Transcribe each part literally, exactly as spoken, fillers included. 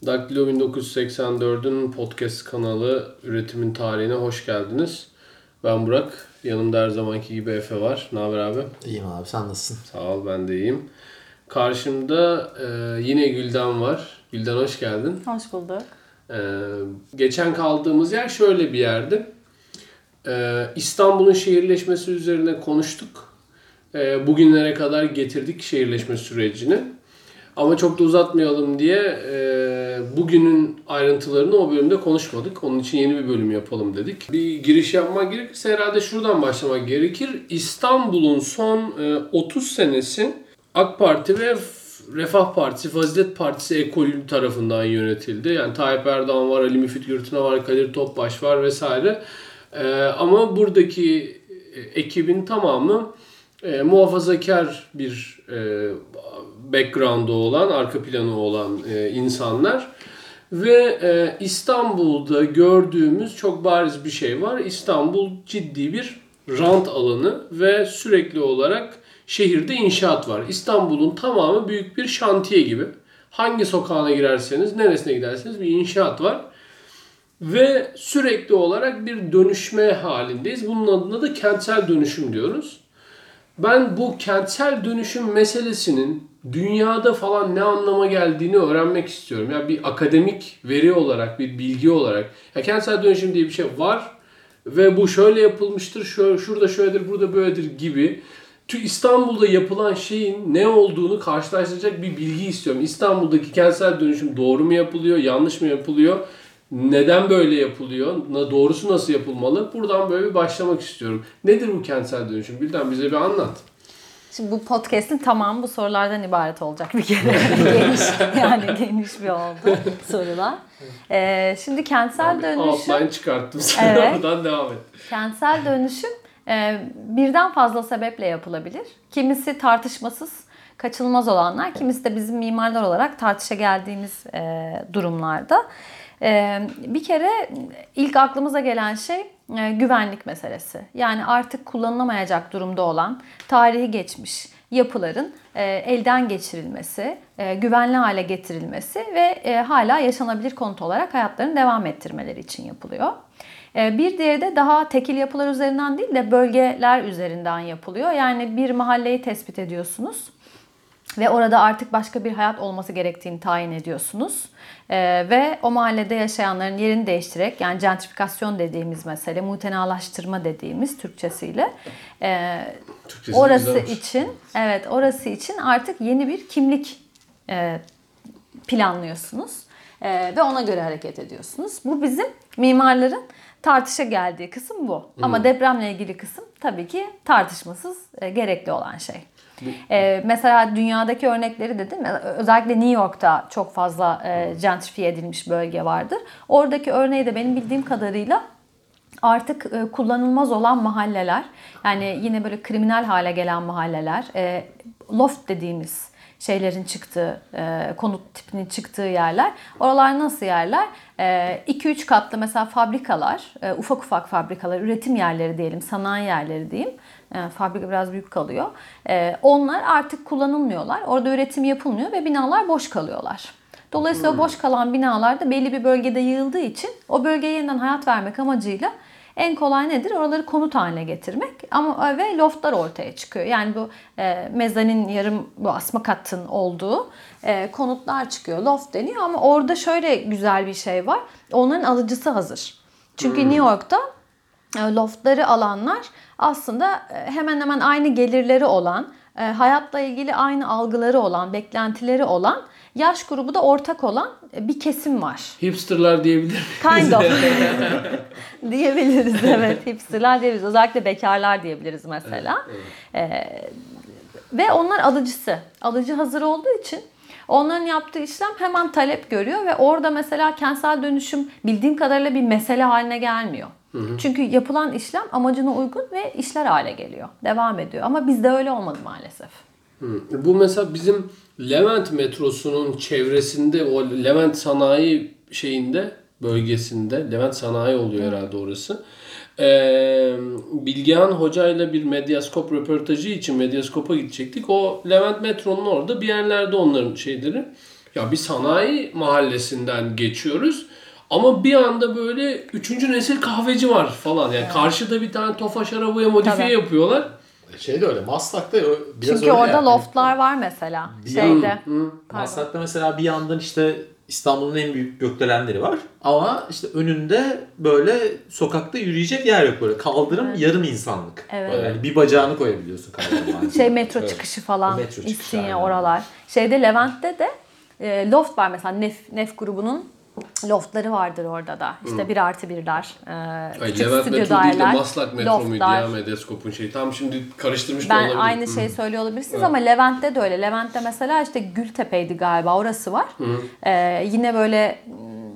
Daktilo bin dokuz yüz seksen dördün podcast kanalı Üretimin Tarihine hoş geldiniz. Ben Burak. Yanımda her zamanki gibi Efe var. Ne haber abi? İyiyim abi, sen nasılsın? Sağ ol, ben de iyiyim. Karşımda e, yine Gülden var. Gülden hoş geldin. Hoş bulduk. E, geçen kaldığımız yer şöyle bir yerdi. E, İstanbul'un şehirleşmesi üzerine konuştuk. E, bugünlere kadar getirdik şehirleşme sürecini. Ama çok da uzatmayalım diye e, bugünün ayrıntılarını o bölümde konuşmadık. Onun için yeni bir bölüm yapalım dedik. Bir giriş yapmak gerekirse herhalde şuradan başlamak gerekir. İstanbul'un son e, otuz senesi AK Parti ve Refah Partisi, Fazilet Partisi ekolü tarafından yönetildi. Yani Tayyip Erdoğan var, Ali Müfit Gürtüne var, Kadir Topbaş var vesaire. E, ama buradaki ekibin tamamı e, muhafazakar bir e, background'u olan, arka planı olan e, insanlar ve e, İstanbul'da gördüğümüz çok bariz bir şey var. İstanbul ciddi bir rant alanı ve sürekli olarak şehirde inşaat var. İstanbul'un tamamı büyük bir şantiye gibi. Hangi sokağına girerseniz, neresine giderseniz bir inşaat var. Ve sürekli olarak bir dönüşme halindeyiz. Bunun adına da kentsel dönüşüm diyoruz. Ben bu kentsel dönüşüm meselesinin dünyada falan ne anlama geldiğini öğrenmek istiyorum. Yani bir akademik veri olarak, bir bilgi olarak. Ya kentsel dönüşüm diye bir şey var ve bu şöyle yapılmıştır, şöyle, şurada şöyledir, burada böyledir gibi. İstanbul'da yapılan şeyin ne olduğunu karşılaştıracak bir bilgi istiyorum. İstanbul'daki kentsel dönüşüm doğru mu yapılıyor, yanlış mı yapılıyor? Neden böyle yapılıyor? Doğrusu nasıl yapılmalı? Buradan böyle bir başlamak istiyorum. Nedir bu kentsel dönüşüm? Gülden bize bir anlat. Şimdi bu podcast'in tamamı bu sorulardan ibaret olacak bir kere. geniş, yani geniş bir oldu sorular. Ee, şimdi kentsel yani dönüşüm... Outline çıkarttım sana, evet. Oradan devam et. Kentsel dönüşüm e, birden fazla sebeple yapılabilir. Kimisi tartışmasız, kaçınılmaz olanlar, kimisi de bizim mimarlar olarak tartışa geldiğimiz e, durumlarda. Ee, bir kere ilk aklımıza gelen şey e, güvenlik meselesi. Yani artık kullanılamayacak durumda olan, tarihi geçmiş yapıların e, elden geçirilmesi, e, güvenli hale getirilmesi ve e, hala yaşanabilir konut olarak hayatlarını devam ettirmeleri için yapılıyor. E, bir diğeri de daha tekil yapılar üzerinden değil de bölgeler üzerinden yapılıyor. Yani bir mahalleyi tespit ediyorsunuz. Ve orada artık başka bir hayat olması gerektiğini tayin ediyorsunuz. Ee, ve o mahallede yaşayanların yerini değiştirerek, yani gentrifikasyon dediğimiz mesele, mutenalaştırma dediğimiz Türkçesiyle e, Türkçesi orası için, evet orası için artık yeni bir kimlik e, planlıyorsunuz e, ve ona göre hareket ediyorsunuz. Bu bizim mimarların tartışa geldiği kısım bu. Hmm. Ama depremle ilgili kısım tabii ki tartışmasız e, gerekli olan şey. Ee, mesela dünyadaki örnekleri de değil mi? Özellikle New York'ta çok fazla e, gentrifiye edilmiş bölge vardır. Oradaki örneği de benim bildiğim kadarıyla artık e, kullanılmaz olan mahalleler, yani yine böyle kriminal hale gelen mahalleler, e, loft dediğimiz şeylerin çıktığı, e, konut tipinin çıktığı yerler. Oralar nasıl yerler? iki üç katlı mesela fabrikalar, e, ufak ufak fabrikalar, üretim yerleri diyelim, sanayi yerleri diyeyim. E, fabrika biraz büyük kalıyor. E, onlar artık kullanılmıyorlar. Orada üretim yapılmıyor ve binalar boş kalıyorlar. Dolayısıyla hmm. boş kalan binalar da belli bir bölgede yığıldığı için o bölgeye yeniden hayat vermek amacıyla en kolay nedir? Oraları konut haline getirmek, ama ve loftlar ortaya çıkıyor. Yani bu e, mezanin yarım, bu asma katın olduğu e, konutlar çıkıyor. Loft deniyor ama orada şöyle güzel bir şey var. Onların alıcısı hazır. Çünkü hmm. New York'ta e, loftları alanlar aslında e, hemen hemen aynı gelirleri olan, e, hayatla ilgili aynı algıları olan, beklentileri olan, yaş grubu da ortak olan bir kesim var. Hipsterlar diyebilir miyiz? Kind of. Diyebiliriz, evet. Hipsterlar diyebiliriz. Özellikle bekarlar diyebiliriz mesela. Evet, evet. Ee, ve onlar alıcısı. Alıcı hazır olduğu için onların yaptığı işlem hemen talep görüyor ve orada mesela kentsel dönüşüm bildiğim kadarıyla bir mesele haline gelmiyor. Hı hı. Çünkü yapılan işlem amacına uygun ve işler hale geliyor. Devam ediyor. Ama bizde öyle olmadı maalesef. Hı. Bu mesela bizim Levent metrosunun çevresinde, o Levent sanayi şeyinde, bölgesinde, Levent sanayi oluyor herhalde orası. Ee, Bilgehan Hoca'yla bir Medyaskop röportajı için Medyaskop'a gidecektik. O Levent metronun orada bir yerlerde onların şeyleri. Ya bir sanayi mahallesinden geçiyoruz. Ama bir anda böyle üçüncü nesil kahveci var falan. Yani karşıda bir tane Tofaş arabaya modifiye Tabii. yapıyorlar. Şey de öyle. Maslak'ta biraz Çünkü öyle orada yani. loftlar var mesela. Bir Şeyde. yan- Pardon. Maslak'ta mesela bir yandan işte İstanbul'un en büyük gökdelenleri var. Ama işte önünde böyle sokakta yürüyecek yer yok böyle. Kaldırım Evet. yarım insanlık. Evet. Böyle yani bir bacağını koyabiliyorsun kaldırıma. Şey metro Evet. çıkışı falan. Metro çıkışı, İstinye aynen. oralar. Şeyde Levent'te de e, loft var mesela. Nef, Nef grubunun loftları vardır orada da. İşte bir artı birler. E, Ay, küçük Levent stüdyo metro değil de daireler, Maslak metro muydu loftlar. ya Medeskop'un şeyi. Tam şimdi karıştırmış da Ben olabilirim. aynı Hı. şeyi söylüyor olabilirsiniz ama Levent'te de öyle. Levent'te mesela işte Gültepe'ydi galiba, orası var. Ee, yine böyle mm,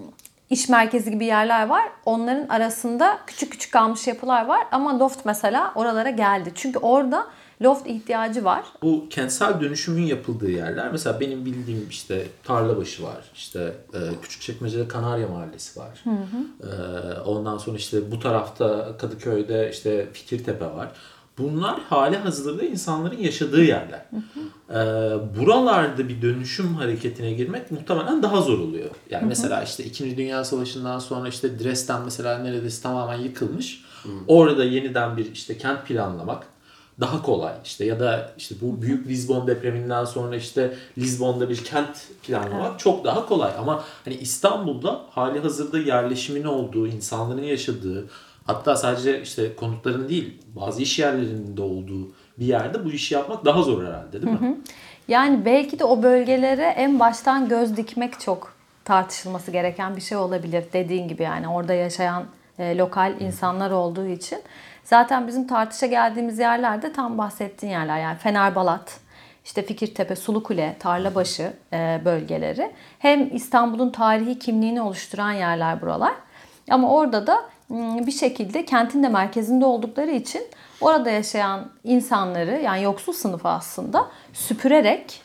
iş merkezi gibi yerler var. Onların arasında küçük küçük kalmış yapılar var ama loft mesela oralara geldi. Çünkü orada loft ihtiyacı var. Bu kentsel dönüşümün yapıldığı yerler mesela benim bildiğim işte Tarlabaşı var. İşte e, Küçükçekmece'de Kanarya Mahallesi var. Hı hı. E, ondan sonra işte bu tarafta Kadıköy'de işte Fikirtepe var. Bunlar hali hazırda insanların yaşadığı yerler. Hı hı. E, buralarda bir dönüşüm hareketine girmek muhtemelen daha zor oluyor. Yani hı hı. mesela işte İkinci Dünya Savaşı'ndan sonra işte Dresden mesela neredeyse tamamen yıkılmış. Hı. Orada yeniden bir işte kent planlamak daha kolay. İşte ya da işte bu büyük Lizbon depreminden sonra işte Lizbon'da bir kent planlamak evet. çok daha kolay. Ama hani İstanbul'da hali hazırda yerleşimin olduğu, insanların yaşadığı, hatta sadece işte konutların değil bazı iş yerlerinin de olduğu bir yerde bu işi yapmak daha zor herhalde, değil mi? Hı hı. Yani belki de o bölgelere en baştan göz dikmek çok tartışılması gereken bir şey olabilir. Dediğin gibi yani orada yaşayan e, lokal insanlar olduğu için. Zaten bizim tartışa geldiğimiz yerlerde tam bahsettiğin yerler. Yani Fenerbalat, işte Fikirtepe, Sulukule, Tarlabaşı e, bölgeleri. Hem İstanbul'un tarihi kimliğini oluşturan yerler buralar. Ama orada da bir şekilde kentin de merkezinde oldukları için orada yaşayan insanları, yani yoksul sınıfı aslında süpürerek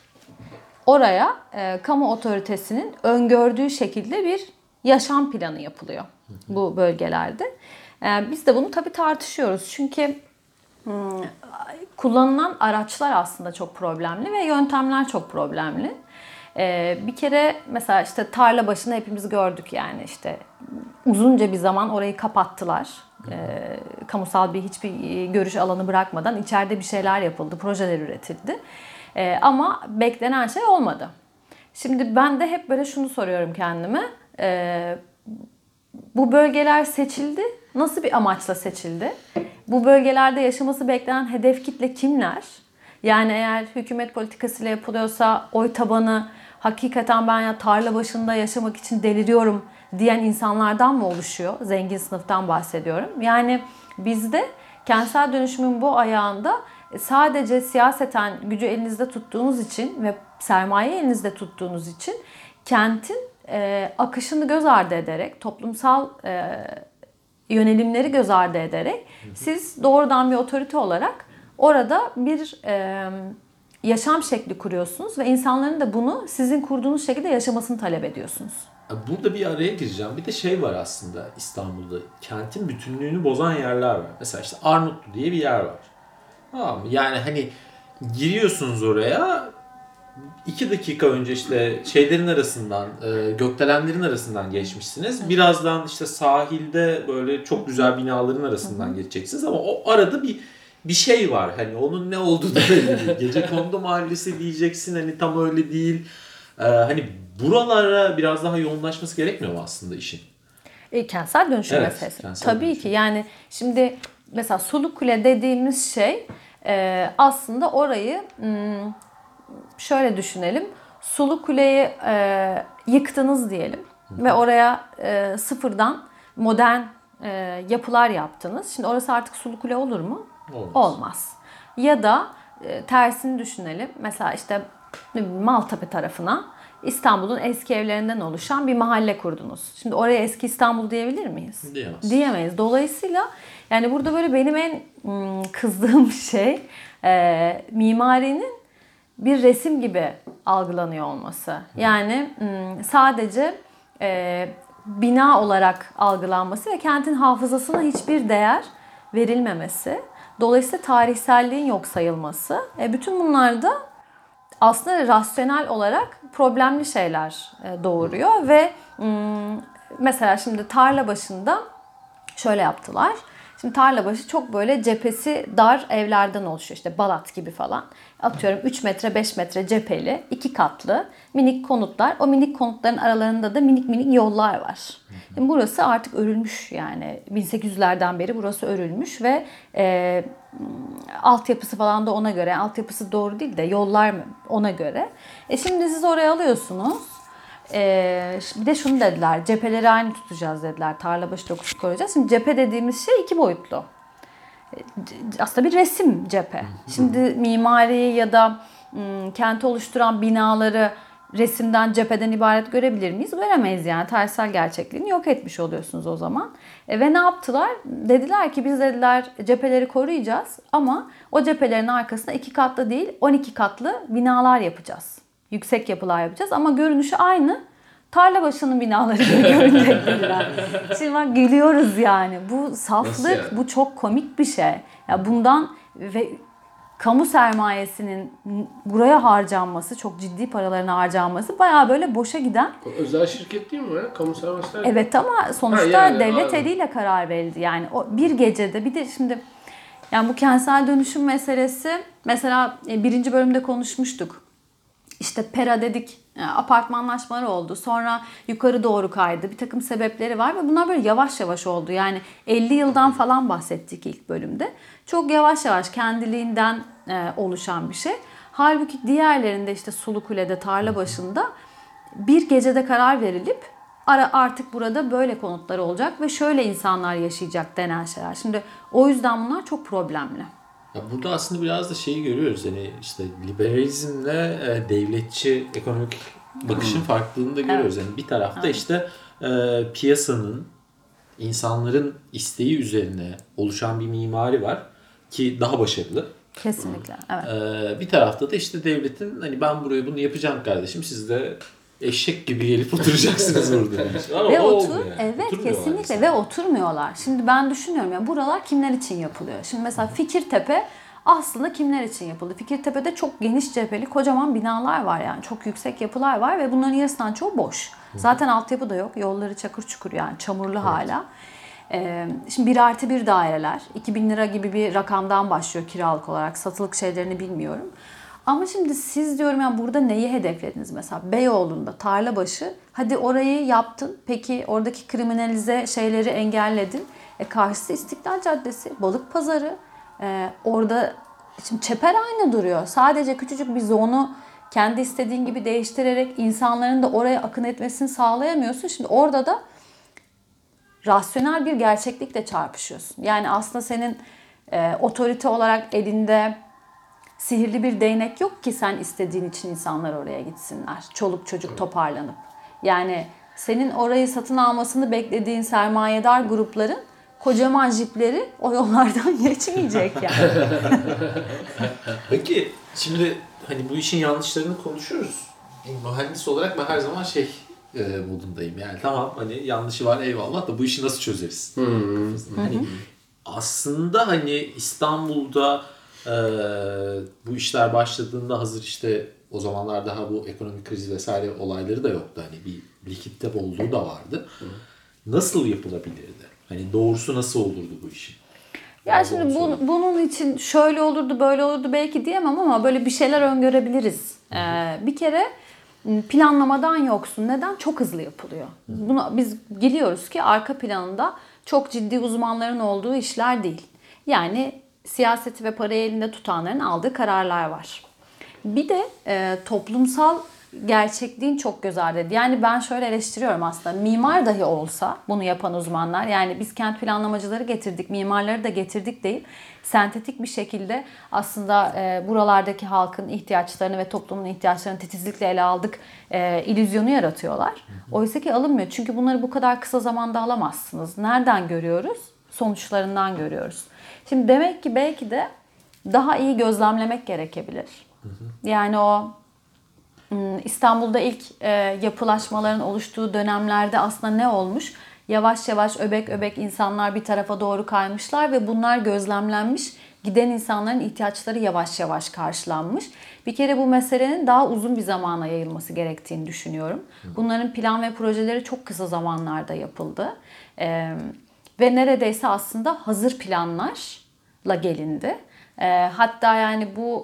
oraya e, kamu otoritesinin öngördüğü şekilde bir yaşam planı yapılıyor bu bölgelerde. E, biz de bunu tabii tartışıyoruz. Çünkü hmm, kullanılan araçlar aslında çok problemli ve yöntemler çok problemli. E, bir kere mesela işte tarla başında hepimiz gördük yani işte uzunca bir zaman orayı kapattılar. E, kamusal bir hiçbir görüş alanı bırakmadan içeride bir şeyler yapıldı, projeler üretildi. E, ama beklenen şey olmadı. Şimdi ben de hep böyle şunu soruyorum kendime. E, bu bölgeler seçildi. Nasıl bir amaçla seçildi? Bu bölgelerde yaşaması beklenen hedef kitle kimler? Yani eğer hükümet politikasıyla yapılıyorsa oy tabanı hakikaten ben ya tarla başında yaşamak için deliriyorum diyen insanlardan mı oluşuyor? Zengin sınıftan bahsediyorum. Yani bizde kentsel dönüşümün bu ayağında sadece siyaseten gücü elinizde tuttuğunuz için ve sermaye elinizde tuttuğunuz için kentin e, akışını göz ardı ederek, toplumsal e, yönelimleri göz ardı ederek siz doğrudan bir otorite olarak orada bir e, yaşam şekli kuruyorsunuz ve insanların da bunu sizin kurduğunuz şekilde yaşamasını talep ediyorsunuz. Burada bir araya gireceğim. Bir de şey var aslında İstanbul'da. Kentin bütünlüğünü bozan yerler var. Mesela işte Armutlu diye bir yer var. Tamam mı? Yani hani giriyorsunuz oraya iki dakika önce işte şeylerin arasından, e, gökdelenlerin arasından geçmişsiniz. Birazdan işte sahilde böyle çok güzel binaların arasından geçeceksiniz ama o arada bir bir şey var. Hani onun ne olduğu da belli değil. Gecekondu mahallesi diyeceksin, hani tam öyle değil. Ee, hani buralara biraz daha yoğunlaşması gerekmiyor mu aslında işin? E, kentsel dönüşüm evet, meselesi. Kentsel Tabii dönüşüm. ki yani şimdi mesela Sulukule dediğimiz şey e, aslında orayı hmm, şöyle düşünelim. Sulukule'yi e, yıktınız diyelim Hı. ve oraya e, sıfırdan modern e, yapılar yaptınız. Şimdi orası artık Sulukule olur mu? Olmaz. Olmaz. Ya da e, tersini düşünelim. Mesela işte Maltepe tarafına İstanbul'un eski evlerinden oluşan bir mahalle kurdunuz. Şimdi oraya eski İstanbul diyebilir miyiz? Diyemez. Diyemeyiz. Dolayısıyla yani burada böyle benim en hmm, kızdığım şey e, mimarinin bir resim gibi algılanıyor olması. Yani sadece e, bina olarak algılanması ve kentin hafızasına hiçbir değer verilmemesi. Dolayısıyla tarihselliğin yok sayılması. E, bütün bunlar da aslında rasyonel olarak problemli şeyler e, doğuruyor ve m, mesela şimdi tarla başında şöyle yaptılar. Şimdi Tarlabaşı çok böyle cephesi dar evlerden oluşuyor. İşte Balat gibi falan. Atıyorum üç metre beş metre cepheli, iki katlı minik konutlar. O minik konutların aralarında da minik minik yollar var. Şimdi burası artık örülmüş yani. bin sekiz yüzlerden beri burası örülmüş ve e, altyapısı falan da ona göre. Altyapısı doğru değil de yollar ona göre. E şimdi siz oraya alıyorsunuz. Ee, bir de şunu dediler, cepheleri aynı tutacağız dediler, tarlabaşı dokusu koruyacağız. Şimdi cephe dediğimiz şey iki boyutlu. Aslında bir resim cephe. Şimdi mimari ya da ım, kenti oluşturan binaları resimden, cepheden ibaret görebilir miyiz? Göremeyiz yani. Tarihsel gerçekliğini yok etmiş oluyorsunuz o zaman. E, ve ne yaptılar? Dediler ki biz dediler cepheleri koruyacağız ama o cephelerin arkasına iki katlı değil on iki katlı binalar yapacağız. Yüksek yapılar yapacağız ama görünüşü aynı. Tarlabaşı'nın binaları gibi görünecek dediler. Şimdi bak gülüyoruz yani. Bu saflık, yani? bu çok komik bir şey. Ya bundan ve kamu sermayesinin buraya harcanması, çok ciddi paraların harcanması bayağı böyle boşa giden. Özel şirket değil mi ya? Kamu sermayesi. Evet ama sonuçta Ha, yani, devlet abi. eliyle karar verildi. Yani o bir gecede bir de şimdi yani bu kentsel dönüşüm meselesi mesela birinci bölümde konuşmuştuk. İşte pera dedik, apartmanlaşmalar oldu. Sonra yukarı doğru kaydı. Bir takım sebepleri var ve bunlar böyle yavaş yavaş oldu. Yani elli yıldan falan bahsettik ilk bölümde. Çok yavaş yavaş kendiliğinden oluşan bir şey. Halbuki diğerlerinde işte Sulukule'de, Tarlabaşı'nda bir gecede karar verilip ara artık burada böyle konutlar olacak ve şöyle insanlar yaşayacak denen şeyler. Şimdi o yüzden bunlar çok problemli. Ya burada aslında biraz da şeyi görüyoruz. Yani işte liberalizmle e, devletçi ekonomik bakışın farklılığını da görüyoruz. Yani bir tarafta işte e, piyasanın, insanların isteği üzerine oluşan bir mimari var ki daha başarılı. Kesinlikle. Evet. E, bir tarafta da işte devletin hani ben buraya bunu yapacağım kardeşim, siz de eşek gibi gelip oturacaksınız burada. Ama Ve o otur, olmuyor yani. evet Oturmuyorlar kesinlikle mesela. ve oturmuyorlar. Şimdi ben düşünüyorum ya buralar kimler için yapılıyor? Şimdi mesela Fikirtepe aslında kimler için yapıldı? Fikirtepe'de çok geniş cepheli kocaman binalar var yani. Çok yüksek yapılar var ve bunların yarısından çoğu boş. Zaten altyapı da yok. Yolları çakır çukur yani çamurlu evet. hala. Ee, şimdi bir artı bir daireler. iki bin lira gibi bir rakamdan başlıyor kiralık olarak. Satılık şeylerini bilmiyorum. Ama şimdi siz diyorum yani burada neyi hedeflediniz mesela? Beyoğlu'nda, Tarlabaşı. Hadi orayı yaptın. Peki oradaki kriminalize şeyleri engelledin. E karşısı İstiklal Caddesi, Balıkpazarı. Ee, orada şimdi çeper aynı duruyor. Sadece küçücük bir zonu kendi istediğin gibi değiştirerek insanların da oraya akın etmesini sağlayamıyorsun. Şimdi orada da rasyonel bir gerçeklikle çarpışıyorsun. Yani aslında senin e, otorite olarak elinde sihirli bir değnek yok ki sen istediğin için insanlar oraya gitsinler. Çoluk çocuk toparlanıp. Yani senin orayı satın almasını beklediğin sermayedar grupların kocaman jipleri o yollardan geçmeyecek yani. Peki şimdi hani bu işin yanlışlarını konuşuyoruz. Mühendis olarak ben her zaman şey e, modundayım. Yani tamam hani yanlışı var eyvallah da bu işi nasıl çözeriz? Hmm. Hani aslında hani İstanbul'da e, bu işler başladığında hazır işte o zamanlar daha bu ekonomik kriz vesaire olayları da yoktu. Hani bir likitte bolluğu da vardı. Hı. Nasıl yapılabilirdi? Hani doğrusu nasıl olurdu bu işin? Ya şimdi bu, bunun için şöyle olurdu böyle olurdu belki diyemem ama böyle bir şeyler öngörebiliriz. Ee, bir kere planlamadan yoksun. Neden? Çok hızlı yapılıyor. Bunu biz biliyoruz ki arka planında çok ciddi uzmanların olduğu işler değil. Yani siyaseti ve parayı elinde tutanların aldığı kararlar var. Bir de e, toplumsal gerçekliğin çok göz ardı edildi. Yani ben şöyle eleştiriyorum aslında. Mimar dahi olsa bunu yapan uzmanlar yani biz kent planlamacıları getirdik, mimarları da getirdik değil. Sentetik bir şekilde aslında e, buralardaki halkın ihtiyaçlarını ve toplumun ihtiyaçlarını titizlikle ele aldık. E, illüzyonu yaratıyorlar. Oysa ki alınmıyor. Çünkü bunları bu kadar kısa zamanda alamazsınız. Nereden görüyoruz? Sonuçlarından görüyoruz. Şimdi demek ki belki de daha iyi gözlemlemek gerekebilir. Yani o İstanbul'da ilk e, yapılaşmaların oluştuğu dönemlerde aslında ne olmuş? Yavaş yavaş öbek öbek insanlar bir tarafa doğru kaymışlar ve bunlar gözlemlenmiş giden insanların ihtiyaçları yavaş yavaş karşılanmış. Bir kere bu meselenin daha uzun bir zamana yayılması gerektiğini düşünüyorum. Bunların plan ve projeleri çok kısa zamanlarda yapıldı. Ee, ve neredeyse aslında hazır planlarla gelindi. Ee, hatta yani bu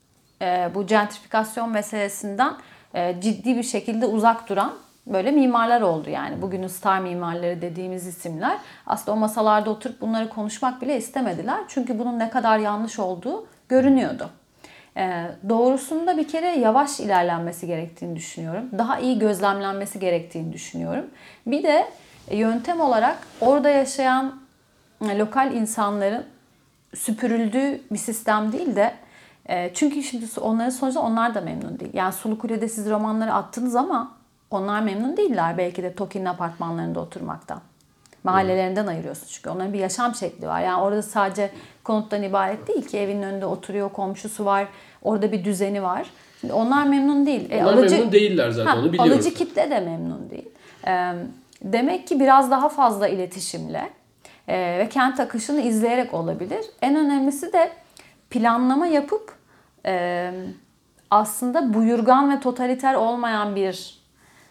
e, bu gentrifikasyon meselesinden e, ciddi bir şekilde uzak duran böyle mimarlar oldu yani. Bugünün star mimarları dediğimiz isimler aslında o masalarda oturup bunları konuşmak bile istemediler. Çünkü bunun ne kadar yanlış olduğu görünüyordu. Ee, doğrusunda bir kere yavaş ilerlenmesi gerektiğini düşünüyorum. Daha iyi gözlemlenmesi gerektiğini düşünüyorum. Bir de yöntem olarak orada yaşayan e, lokal insanların süpürüldüğü bir sistem değil de e, çünkü şimdi onların sonuçta onlar da memnun değil. Yani Sulukule'de siz romanları attınız ama onlar memnun değiller belki de TOKİ'nin apartmanlarında oturmaktan. Mahallelerinden ayırıyorsun çünkü onların bir yaşam şekli var. Yani orada sadece konuttan ibaret değil ki evinin önünde oturuyor, komşusu var, orada bir düzeni var. Şimdi onlar memnun değil. Onlar e, alıcı, memnun değiller zaten ha, onu biliyoruz. Alıcı kitle de memnun değil. E, demek ki biraz daha fazla iletişimle e, ve kent akışını izleyerek olabilir. En önemlisi de planlama yapıp e, aslında buyurgan ve totaliter olmayan bir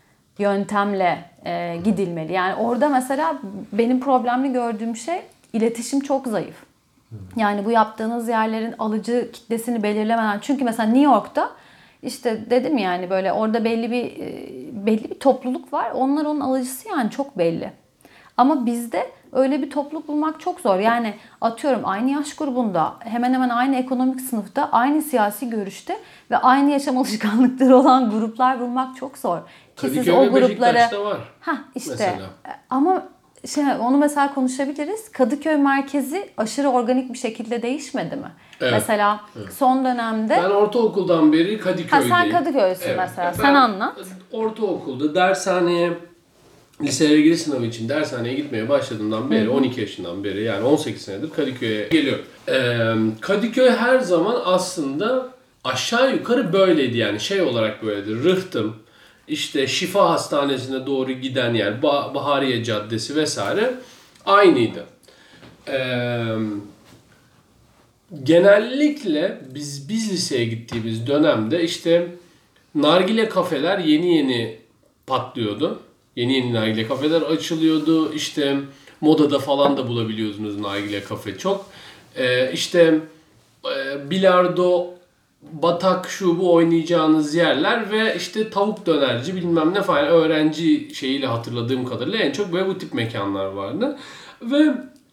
yöntemle e, gidilmeli. Yani orada mesela benim problemli gördüğüm şey iletişim çok zayıf. Yani bu yaptığınız yerlerin alıcı kitlesini belirlemeden çünkü mesela New York'ta işte dedim yani böyle orada belli bir belli bir topluluk var. Onlar onun alıcısı yani çok belli. Ama bizde öyle bir topluluk bulmak çok zor. Yani atıyorum aynı yaş grubunda, hemen hemen aynı ekonomik sınıfta, aynı siyasi görüşte ve aynı yaşam alışkanlıkları olan gruplar bulmak çok zor. Ki siz o grupları var. Ha işte. Mesela. Ama şey onu mesela konuşabiliriz. Kadıköy merkezi aşırı organik bir şekilde değişmedi mi? Evet. Mesela evet. Son dönemde ben ortaokuldan beri Kadıköy'deyim. Ha sen Kadıköy'sün evet. mesela. Ben sen anlat. Ortaokulda dershaneye liseye giriş sınavı için dershaneye gitmeye başladığımdan beri, on iki yaşından beri yani on sekiz senedir Kadıköy'e geliyorum. Ee, Kadıköy her zaman aslında aşağı yukarı böyleydi yani şey olarak böyleydi. Rıhtım, işte Şifa Hastanesi'ne doğru giden yer, bah- Bahariye Caddesi vesaire aynıydı. Ee, genellikle biz biz liseye gittiğimiz dönemde işte nargile kafeler yeni yeni patlıyordu. Yeni yeni nargile kafeler açılıyordu. İşte modada falan da bulabiliyordunuz nargile kafe çok. Ee, işte e, bilardo, batak şu bu oynayacağınız yerler ve işte tavuk dönerci bilmem ne falan öğrenci şeyiyle hatırladığım kadarıyla en çok böyle bu tip mekanlar vardı. Ve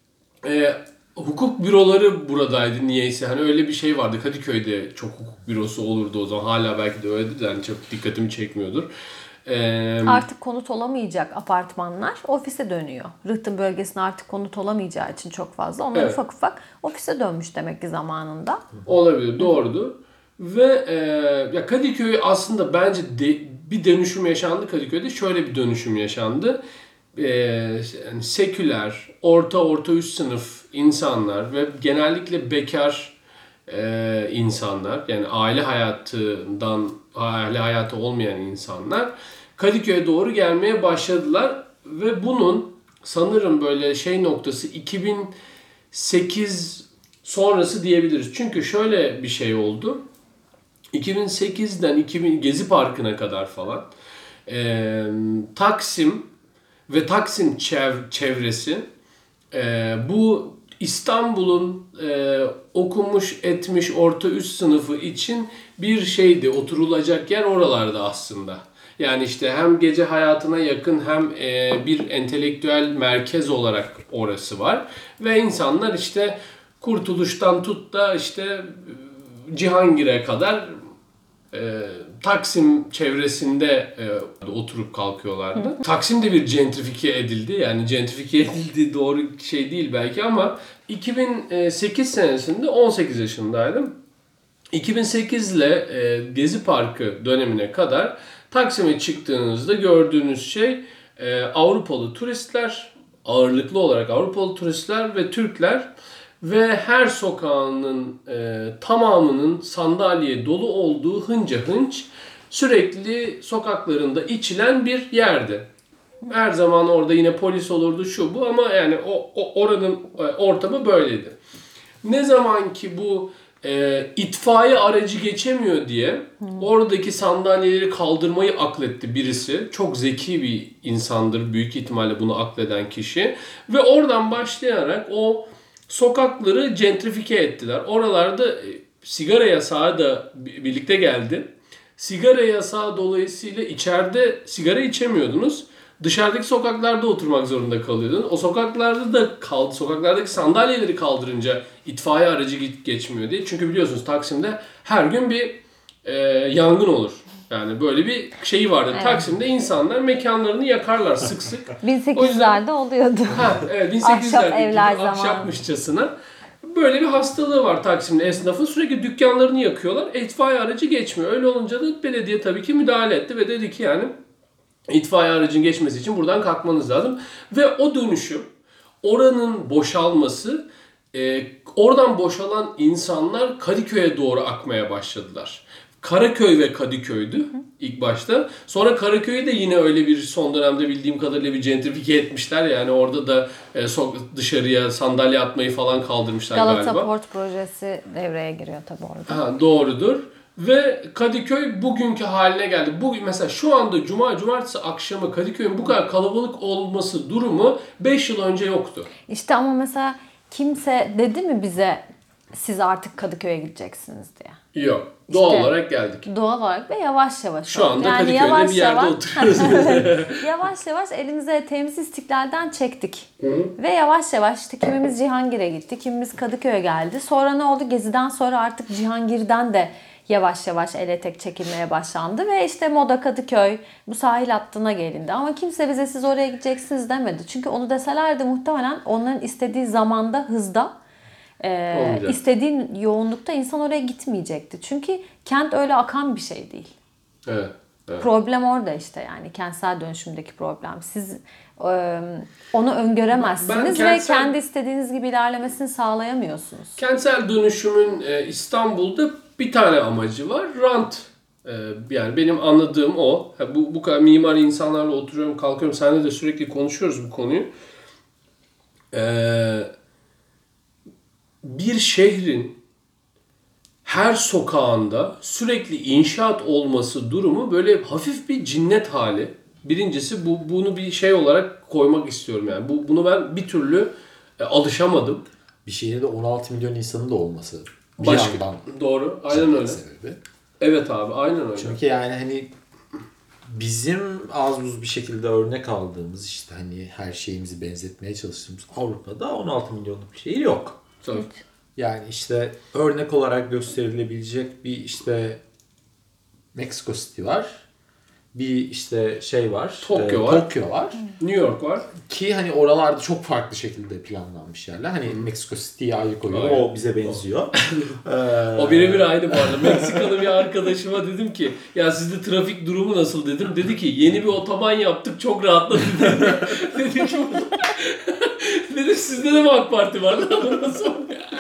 e, hukuk büroları buradaydı niyeyse. Hani öyle bir şey vardı. Kadıköy'de çok hukuk bürosu olurdu o zaman. Hala belki de öyledir de yani çok dikkatimi çekmiyordur. Ee, artık konut olamayacak apartmanlar ofise dönüyor. Rıhtım bölgesine artık konut olamayacağı için çok fazla. Onlar evet. ufak ufak ofise dönmüş demek ki zamanında. Olabilir, doğrudur. Ve e, ya Kadıköy aslında bence de, bir dönüşüm yaşandı Kadıköy'de. Şöyle bir dönüşüm yaşandı. E, yani seküler, orta orta üst sınıf insanlar ve genellikle bekar e, insanlar, yani aile hayatından aile hayatı olmayan insanlar Kadıköy'e doğru gelmeye başladılar ve bunun sanırım böyle şey noktası iki bin sekiz sonrası diyebiliriz. Çünkü şöyle bir şey oldu. iki bin sekizden iki bin Gezi Parkı'na kadar falan e, Taksim ve Taksim çev- çevresi e, bu İstanbul'un e, okumuş etmiş orta üst sınıfı için bir şeydi. Oturulacak yer oralarda aslında. Yani işte hem gece hayatına yakın hem e, bir entelektüel merkez olarak orası var. Ve insanlar işte Kurtuluş'tan tut da işte Cihangir'e kadar e, Taksim çevresinde e, oturup kalkıyorlardı. Hı. Taksim de bir gentrifike edildi. Yani gentrifike edildi doğru şey değil belki ama iki bin sekiz senesinde on sekiz yaşındaydım. iki bin sekiz ile e, Gezi Parkı dönemine kadar Taksim'e çıktığınızda gördüğünüz şey e, Avrupalı turistler, ağırlıklı olarak Avrupalı turistler ve Türkler ve her sokağının e, tamamının sandalye dolu olduğu hınca hınç sürekli sokaklarında içilen bir yerdi. Her zaman orada yine polis olurdu şu bu ama yani o, o oranın e, ortamı böyleydi. Ne zaman ki bu e, itfaiye aracı geçemiyor diye oradaki sandalyeleri kaldırmayı akletti birisi. Çok zeki bir insandır büyük ihtimalle bunu akleden kişi. Ve oradan başlayarak o sokakları gentrifike ettiler. Oralarda e, sigara yasağı da birlikte geldi. Sigara yasağı dolayısıyla içeride sigara içemiyordunuz. Dışarıdaki sokaklarda oturmak zorunda kalıyordun. O sokaklarda da kaldı. Sokaklardaki sandalyeleri kaldırınca itfaiye aracı geçmiyor diye. Çünkü biliyorsunuz Taksim'de her gün bir e, yangın olur. Yani böyle bir şeyi vardı. Evet. Taksim'de insanlar mekanlarını yakarlar sık sık. bin sekiz yüzlerde oluyordu. Ha, evet, bin sekiz yüzlerde ahşap evler gibi ahşapmışçasına. Böyle bir hastalığı var Taksim'de esnafın. Sürekli dükkanlarını yakıyorlar. İtfaiye aracı geçmiyor. Öyle olunca da belediye tabii ki müdahale etti ve dedi ki yani itfaiye aracın geçmesi için buradan kalkmanız lazım. Ve o dönüşüm, oranın boşalması, e, oradan boşalan insanlar Kadıköy'e doğru akmaya başladılar. Karaköy ve Kadıköy'dü ilk başta. Sonra Karaköy'ü de yine öyle bir son dönemde bildiğim kadarıyla bir gentrifike etmişler. Yani orada da e, dışarıya sandalye atmayı falan kaldırmışlar Galata galiba. Galata Port projesi devreye giriyor tabii orada. Ha, doğrudur. Ve Kadıköy bugünkü haline geldi. Bugün mesela şu anda cuma cumartesi akşamı Kadıköy'ün bu kadar kalabalık olması durumu beş yıl önce yoktu. İşte ama mesela kimse dedi mi bize siz artık Kadıköy'e gideceksiniz diye. Yok. Doğal İşte, olarak geldik. Doğal olarak ve yavaş yavaş. Şu anda yani Kadıköy'de yavaş bir yerde yavaş, oturuyoruz. yavaş yavaş elimize temiz istiklalden çektik. Hı-hı. Ve yavaş yavaş işte kimimiz Cihangir'e gitti, kimimiz Kadıköy'e geldi. Sonra ne oldu? Gezi'den sonra artık Cihangir'den de yavaş yavaş ele tek çekilmeye başlandı. Ve işte Moda Kadıköy bu sahil hattına gelindi. Ama kimse bize siz oraya gideceksiniz demedi. Çünkü onu deselerdi muhtemelen onların istediği zamanda, hızda, Ee, istediğin yoğunlukta insan oraya gitmeyecekti. Çünkü kent öyle akan bir şey değil. Evet, evet. Problem orada işte yani kentsel dönüşümdeki problem. Siz e, onu öngöremezsiniz kentsel, ve kendi istediğiniz gibi ilerlemesini sağlayamıyorsunuz. Kentsel dönüşümün e, İstanbul'da bir tane amacı var. Rant. E, yani benim anladığım o. Bu, bu kadar mimari insanlarla oturuyorum, kalkıyorum. Seninle de sürekli konuşuyoruz bu konuyu. Eee Bir şehrin her sokağında sürekli inşaat olması durumu böyle hafif bir cinnet hali. Birincisi bu bunu bir şey olarak koymak istiyorum yani. Bu bunu ben bir türlü e, alışamadım. Bir şehirde on altı milyon insanın da olması bir Başka, yandan. doğru. Aynen öyle. Sebebi. Evet abi, aynen öyle. Çünkü yani hani bizim az buz bir şekilde örnek aldığımız işte hani her şeyimizi benzetmeye çalıştığımız Avrupa'da on altı milyonluk bir şehir yok. Tabii. Yani işte örnek olarak gösterilebilecek bir işte Mexico City var. Bir işte şey var. Tokyo e, var. Tokyo var. New York var. Ki hani oralarda çok farklı şekilde planlanmış yerler. Hani hmm. Mexico City'ye ayrı koyuyorum. Aynen. O bize benziyor. ee... O birebir aynı bu arada. Meksikalı bir arkadaşıma dedim ki ya sizde trafik durumu nasıl dedim. Dedi ki yeni bir otoban yaptık çok rahatladı dedi. Dedi ki dedim sizde de mi AK Parti var lan nasıl?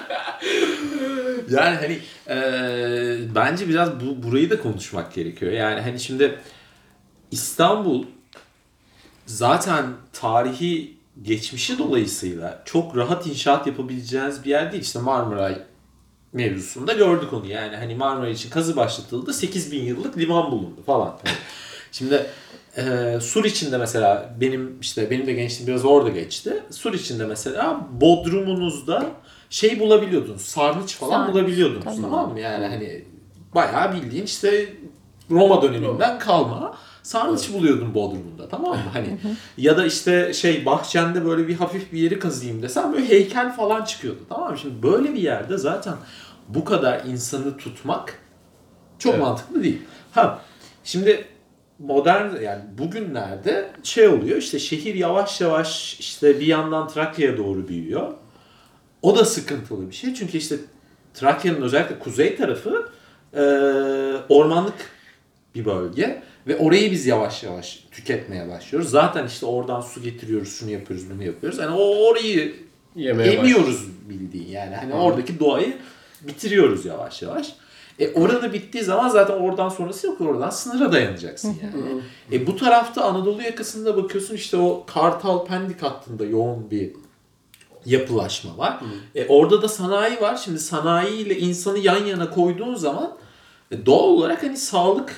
Yani hani e, bence biraz bu burayı da konuşmak gerekiyor. Yani hani şimdi İstanbul zaten tarihi geçmişi dolayısıyla çok rahat inşaat yapabileceğiniz bir yer değil. İşte Marmaray mevzusunda gördük onu. Yani hani Marmaray için kazı başlatıldı. sekiz bin yıllık liman bulundu falan. Şimdi e, Sur içinde mesela benim işte benim de gençliğim biraz orada geçti. Sur içinde mesela Bodrumunuzda şey bulabiliyordunuz. Sarnıç falan Sarnıç, bulabiliyordunuz. Tabii. Tamam mı? Yani hani bayağı bildiğin işte Roma döneminden kalma sarnıç evet. buluyordun Bodrum'da, tamam mı? Hani ya da işte şey Bahçen'de böyle bir hafif bir yeri kazıyım desem böyle heykel falan çıkıyordu, tamam mı? Şimdi böyle bir yerde zaten bu kadar insanı tutmak çok evet. mantıklı değil. Ha şimdi modern yani bugünlerde şey oluyor işte şehir yavaş yavaş işte bir yandan Trakya'ya doğru büyüyor. O da sıkıntılı bir şey çünkü işte Trakya'nın özellikle kuzey tarafı e, ormanlık bir bölge ve orayı biz yavaş yavaş tüketmeye başlıyoruz. Zaten işte oradan su getiriyoruz, şunu yapıyoruz, bunu yapıyoruz. Yani o orayı Yemeye emiyoruz başlıyor. Bildiğin yani. Hani Hı. oradaki doğayı bitiriyoruz yavaş yavaş. E oranı bittiği zaman zaten oradan sonrası yok. Oradan sınıra dayanacaksın yani. Hı. E bu tarafta Anadolu yakasında bakıyorsun işte o Kartal Pendik hattında yoğun bir yapılaşma var. E, orada da sanayi var. Şimdi sanayi ile insanı yan yana koyduğun zaman e, doğal olarak hani sağlık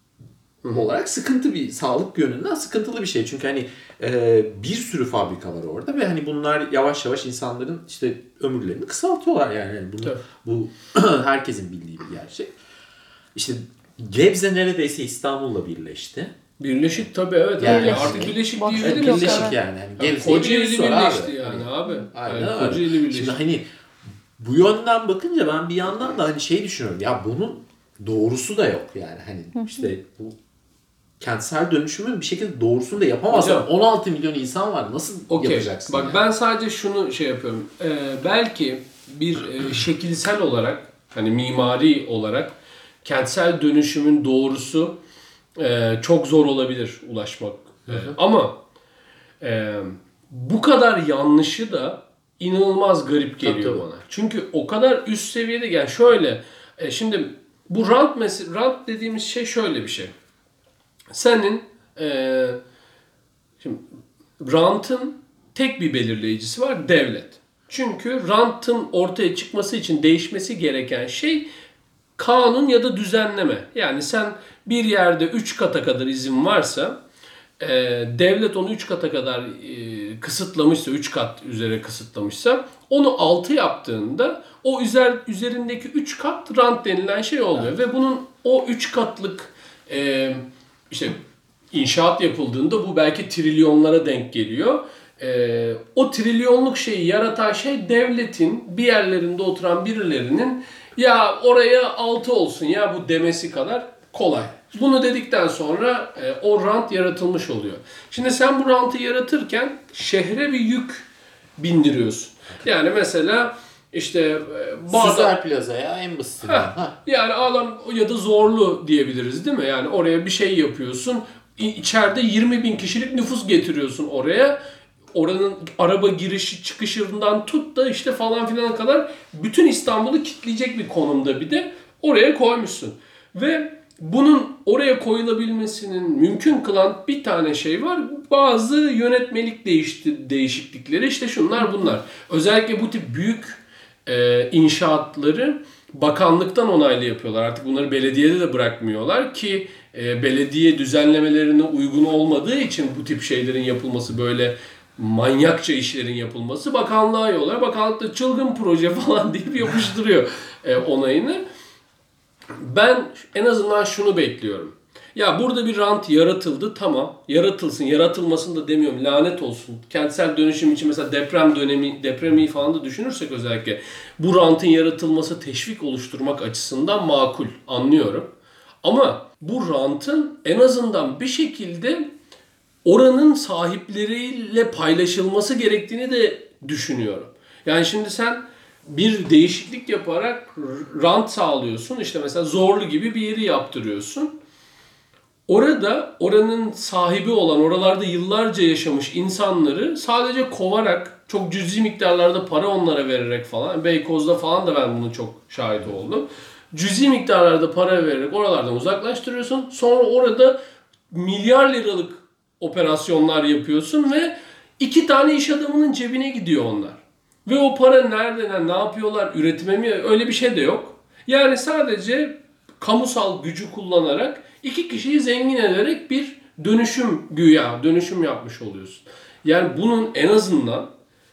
olarak sıkıntı bir sağlık yönünden sıkıntılı bir şey. Çünkü hani e, bir sürü fabrika var orada ve hani bunlar yavaş yavaş insanların işte ömürlerini kısaltıyorlar yani. Yani bunu, bu herkesin bildiği bir gerçek. İşte Gebze neredeyse İstanbul'la birleşti. Birleşik tabii evet. Yani Yani artık birleşik Bak, diyebiliriz. Evet, Yok, birleşik evet. yani. yani Yani Gebze'ye Kocaeli birleşik var birleşti abi. yani abi. Aynen Yani öyle. Kocaeli birleşti. Şimdi hani bu yönden bakınca ben bir yandan da hani şey düşünüyorum. Ya bunun doğrusu da yok yani. Hani işte bu kentsel dönüşümün bir şekilde doğrusunu da yapamazlar. Hocam, on altı milyon insan var. Nasıl Okey. yapacaksın? Bak yani? ben sadece şunu şey yapıyorum. Ee, belki bir e, şekilsel olarak hani mimari olarak kentsel dönüşümün doğrusu e, çok zor olabilir ulaşmak. E, ama e, bu kadar yanlışı da inanılmaz garip geliyor Tabii, tabii. bana. Çünkü o kadar üst seviyede yani şöyle e, şimdi bu rant mes- rant dediğimiz şey şöyle bir şey. Senin e, şimdi rantın tek bir belirleyicisi var, devlet. Çünkü rantın ortaya çıkması için değişmesi gereken şey kanun ya da düzenleme. Yani sen bir yerde üç kata kadar izin varsa e, devlet onu üç kata kadar e, kısıtlamışsa, üç kat üzere kısıtlamışsa onu altı yaptığında o üzer, üzerindeki üç kat rant denilen şey oluyor. Evet. Ve bunun o üç katlık e, işte inşaat yapıldığında bu belki trilyonlara denk geliyor. Ee, o trilyonluk şeyi yaratan şey devletin bir yerlerinde oturan birilerinin ya oraya altı olsun ya bu demesi kadar kolay. Bunu dedikten sonra e, o rant yaratılmış oluyor. Şimdi sen bu rantı yaratırken şehre bir yük bindiriyorsun. Yani mesela işte e, Bağdat... Süzer Plaza'ya en basitinden. Heh, yani adam ya da zorlu diyebiliriz değil mi? Yani oraya bir şey yapıyorsun. İçeride yirmi bin kişilik nüfus getiriyorsun oraya. Oranın araba girişi çıkışından tut da işte falan filan kadar bütün İstanbul'u kitleyecek bir konumda bir de oraya koymuşsun. Ve bunun oraya koyulabilmesinin mümkün kılan bir tane şey var. Bazı yönetmelik değişti, değişiklikleri işte şunlar bunlar. Özellikle bu tip büyük e, inşaatları bakanlıktan onaylı yapıyorlar. Artık bunları belediyede de bırakmıyorlar ki e, belediye düzenlemelerine uygun olmadığı için bu tip şeylerin yapılması böyle manyakça işlerin yapılması bakanlığa yollar. Bakanlık da çılgın proje falan deyip yapıştırıyor e, onayını. Ben en azından şunu bekliyorum. Ya burada bir rant yaratıldı, tamam. Yaratılsın, yaratılmasın da demiyorum. Lanet olsun. Kentsel dönüşüm için mesela deprem dönemi, depremi falan da düşünürsek özellikle bu rantın yaratılması teşvik oluşturmak açısından makul. Anlıyorum. Ama bu rantın en azından bir şekilde oranın sahipleriyle paylaşılması gerektiğini de düşünüyorum. Yani şimdi sen bir değişiklik yaparak rant sağlıyorsun. İşte mesela Zorlu gibi bir yeri yaptırıyorsun. Orada oranın sahibi olan, oralarda yıllarca yaşamış insanları sadece kovarak, çok cüzi miktarlarda para onlara vererek falan, Beykoz'da falan da ben bunun çok şahit oldum. Cüzi miktarlarda para vererek oralardan uzaklaştırıyorsun. Sonra orada milyar liralık operasyonlar yapıyorsun ve iki tane iş adamının cebine gidiyor onlar. Ve o para nereden, ne yapıyorlar, üretime mi, öyle bir şey de yok. Yani sadece kamusal gücü kullanarak iki kişiyi zengin ederek bir dönüşüm güya, dönüşüm yapmış oluyorsun. Yani bunun en azından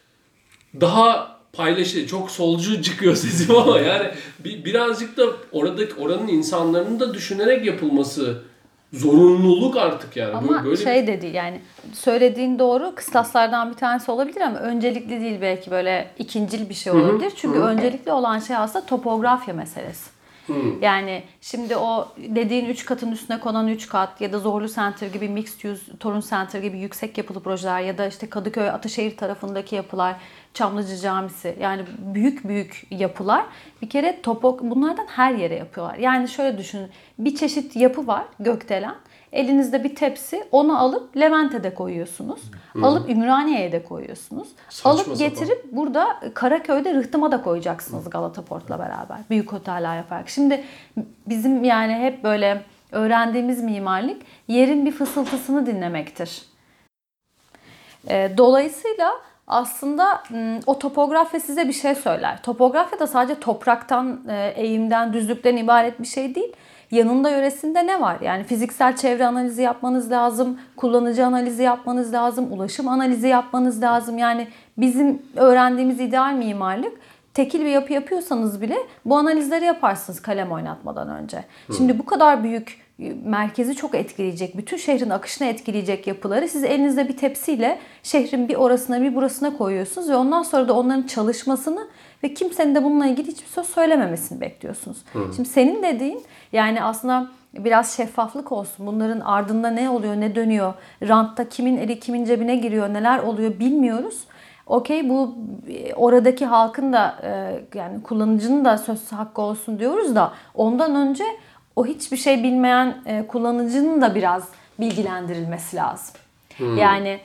daha paylaşıcı, çok solcu çıkıyor sesim ama yani bir, birazcık da oradaki oranın insanların da düşünerek yapılması zorunluluk artık yani. Ama böyle şey dedi yani söylediğin doğru, kıstaslardan bir tanesi olabilir ama öncelikli değil, belki böyle ikincil bir şey olabilir. Hı-hı. Çünkü Hı-hı. öncelikli olan şey aslında topografya meselesi. Hmm. Yani şimdi o dediğin üç katın üstüne konan üç kat ya da Zorlu Center gibi, Mixed Use, Torun Center gibi yüksek yapılı projeler ya da işte Kadıköy, Ataşehir tarafındaki yapılar, Çamlıca Camisi, yani büyük büyük yapılar bir kere topok, bunlardan her yere yapıyorlar. Yani şöyle düşünün, bir çeşit yapı var gökdelen. Elinizde bir tepsi, onu alıp Levent'e koyuyorsunuz. Hmm. Alıp Ümraniye'ye de koyuyorsunuz. Saçma alıp getirip sapan. Burada Karaköy'de Rıhtım'a da koyacaksınız Galata Port'la beraber. Büyük oteller yaparak. Şimdi bizim yani hep böyle öğrendiğimiz mimarlık yerin bir fısıltısını dinlemektir. Dolayısıyla aslında o topografya size bir şey söyler. Topografya da sadece topraktan, eğimden, düzlükten ibaret bir şey değil. Yanında yöresinde ne var? Yani fiziksel çevre analizi yapmanız lazım, kullanıcı analizi yapmanız lazım, ulaşım analizi yapmanız lazım. Yani bizim öğrendiğimiz ideal mimarlık, tekil bir yapı yapıyorsanız bile bu analizleri yaparsınız kalem oynatmadan önce. Hı. Şimdi bu kadar büyük, merkezi çok etkileyecek, bütün şehrin akışını etkileyecek yapıları siz elinizde bir tepsiyle şehrin bir orasına bir burasına koyuyorsunuz ve ondan sonra da onların çalışmasını ve kimsenin de bununla ilgili hiçbir söz söylememesini bekliyorsunuz. Hı. Şimdi senin dediğin, yani aslında biraz şeffaflık olsun. Bunların ardında ne oluyor, ne dönüyor, rantta kimin eli kimin cebine giriyor, neler oluyor bilmiyoruz. Okey, bu oradaki halkın da yani kullanıcının da söz hakkı olsun diyoruz da ondan önce o hiçbir şey bilmeyen kullanıcının da biraz bilgilendirilmesi lazım. Hmm. Yani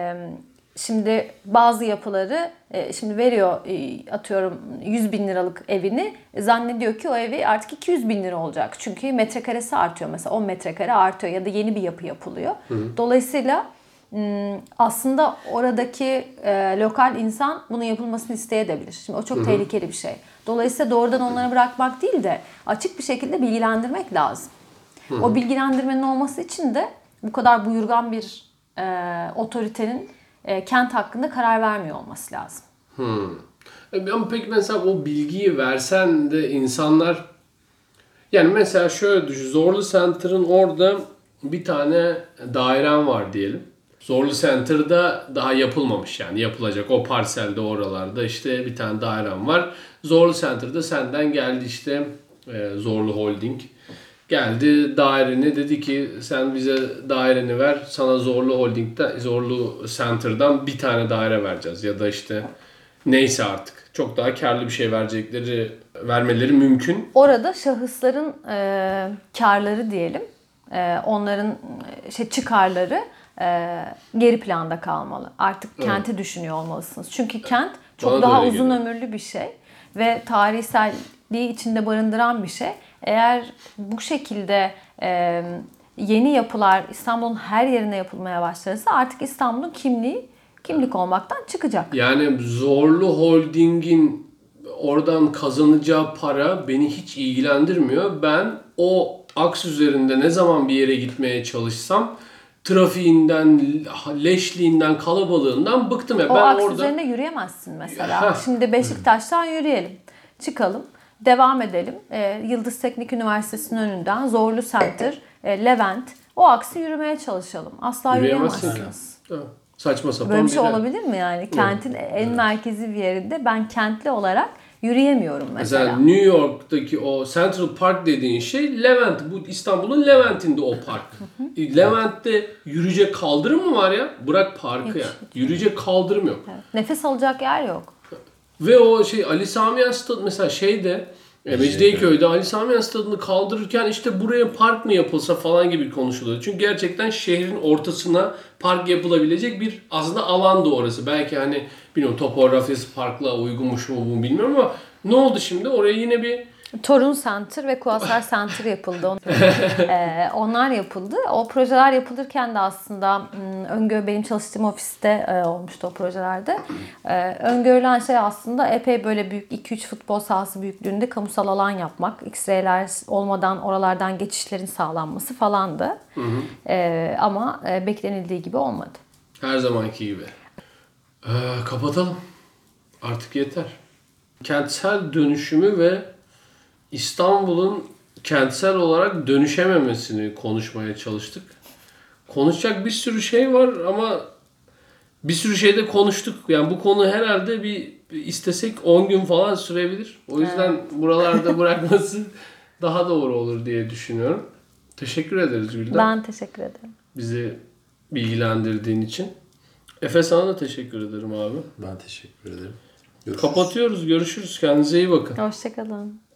şimdi bazı yapıları şimdi veriyor, atıyorum yüz bin liralık evini, zannediyor ki o evi artık iki yüz bin lira olacak. Çünkü metrekaresi artıyor, mesela on metrekare artıyor ya da yeni bir yapı yapılıyor. Hmm. Dolayısıyla aslında oradaki e, lokal insan bunun yapılmasını isteyebilir. Şimdi o çok Hı-hı. tehlikeli bir şey. Dolayısıyla doğrudan onlara bırakmak değil de açık bir şekilde bilgilendirmek lazım. Hı-hı. O bilgilendirmenin olması için de bu kadar buyurgan bir e, otoritenin e, kent hakkında karar vermiyor olması lazım. Hmm. Ama peki mesela o bilgiyi versen de insanlar, yani mesela şöyle düşün, Zorlu Center'ın orada bir tane dairen var diyelim. Zorlu Center'da daha yapılmamış, yani yapılacak o parselde, oralarda işte bir tane dairem var. Zorlu Center'da senden geldi işte e, Zorlu Holding geldi, daireni dedi ki sen bize daireni ver, sana Zorlu Holding'den, Zorlu Center'dan bir tane daire vereceğiz ya da işte neyse artık çok daha karlı bir şey verecekleri, vermeleri mümkün. Orada şahısların e, karları diyelim, e, onların şey çıkarları e, geri planda kalmalı. Artık evet. Kenti düşünüyor olmalısınız. Çünkü kent çok Bana daha uzun geliyor. ömürlü bir şey ve tarihselliği içinde barındıran bir şey. Eğer bu şekilde e, yeni yapılar İstanbul'un her yerine yapılmaya başlarsa artık İstanbul'un kimliği kimlik olmaktan çıkacak. Yani Zorlu Holding'in oradan kazanacağı para beni hiç ilgilendirmiyor. Ben o aks üzerinde ne zaman bir yere gitmeye çalışsam trafiğinden, leşliğinden, kalabalığından bıktım. Ya. O ben aks orada... üzerinde yürüyemezsin mesela. Şimdi Beşiktaş'tan yürüyelim. Çıkalım. Devam edelim. Ee, Yıldız Teknik Üniversitesi'nin önünden Zorlu Center, e, Levent. O aksı yürümeye çalışalım. Asla yürüyemezsiniz. Evet. Saçma sapan Böyle bir şey bir olabilir mi yani? Kentin evet. en merkezi bir yerinde ben kentli olarak yürüyemiyorum mesela. Mesela New York'taki o Central Park dediğin şey Levent. Bu İstanbul'un Levent'inde o park. Levent'te yürüyecek kaldırım mı var ya? Bırak parkı hiç, ya. Hiç. Yürüyecek kaldırım yok. Evet. Nefes alacak yer yok. Ve o şey Ali Sami Yen Stadı mesela şeyde Mecidiyeköy'de Ali Sami Yen Stadı'nı kaldırırken işte buraya park mı yapılsa falan gibi konuşuluyor. Çünkü gerçekten şehrin ortasına park yapılabilecek bir aslında alandı orası. Belki hani bilmiyorum topografyası parkla uygunmuş mu bu bilmiyorum ama ne oldu şimdi? Oraya yine bir Torun Center ve Kuasar Center yapıldı. ee, onlar yapıldı. O projeler yapılırken de aslında öngörü benim çalıştığım ofiste e, olmuştu o projelerde. Ee, öngörülen şey aslında epey böyle büyük iki üç futbol sahası büyüklüğünde kamusal alan yapmak. X-ray'ler olmadan oralardan geçişlerin sağlanması falandı. Hı hı. Ee, ama e, beklenildiği gibi olmadı. Her zamanki gibi. Ee, kapatalım. Artık yeter. Kentsel dönüşümü ve İstanbul'un kentsel olarak dönüşememesini konuşmaya çalıştık. Konuşacak bir sürü şey var ama bir sürü şeyde konuştuk. Yani bu konu herhalde bir, bir istesek on gün falan sürebilir. O yüzden evet. buralarda bırakması daha doğru olur diye düşünüyorum. Teşekkür ederiz Gülden. Ben teşekkür ederim. Bizi bilgilendirdiğin için. Efe sana da teşekkür ederim abi. Ben teşekkür ederim. Görüşürüz. Kapatıyoruz. Görüşürüz. Kendinize iyi bakın. Hoşçakalın.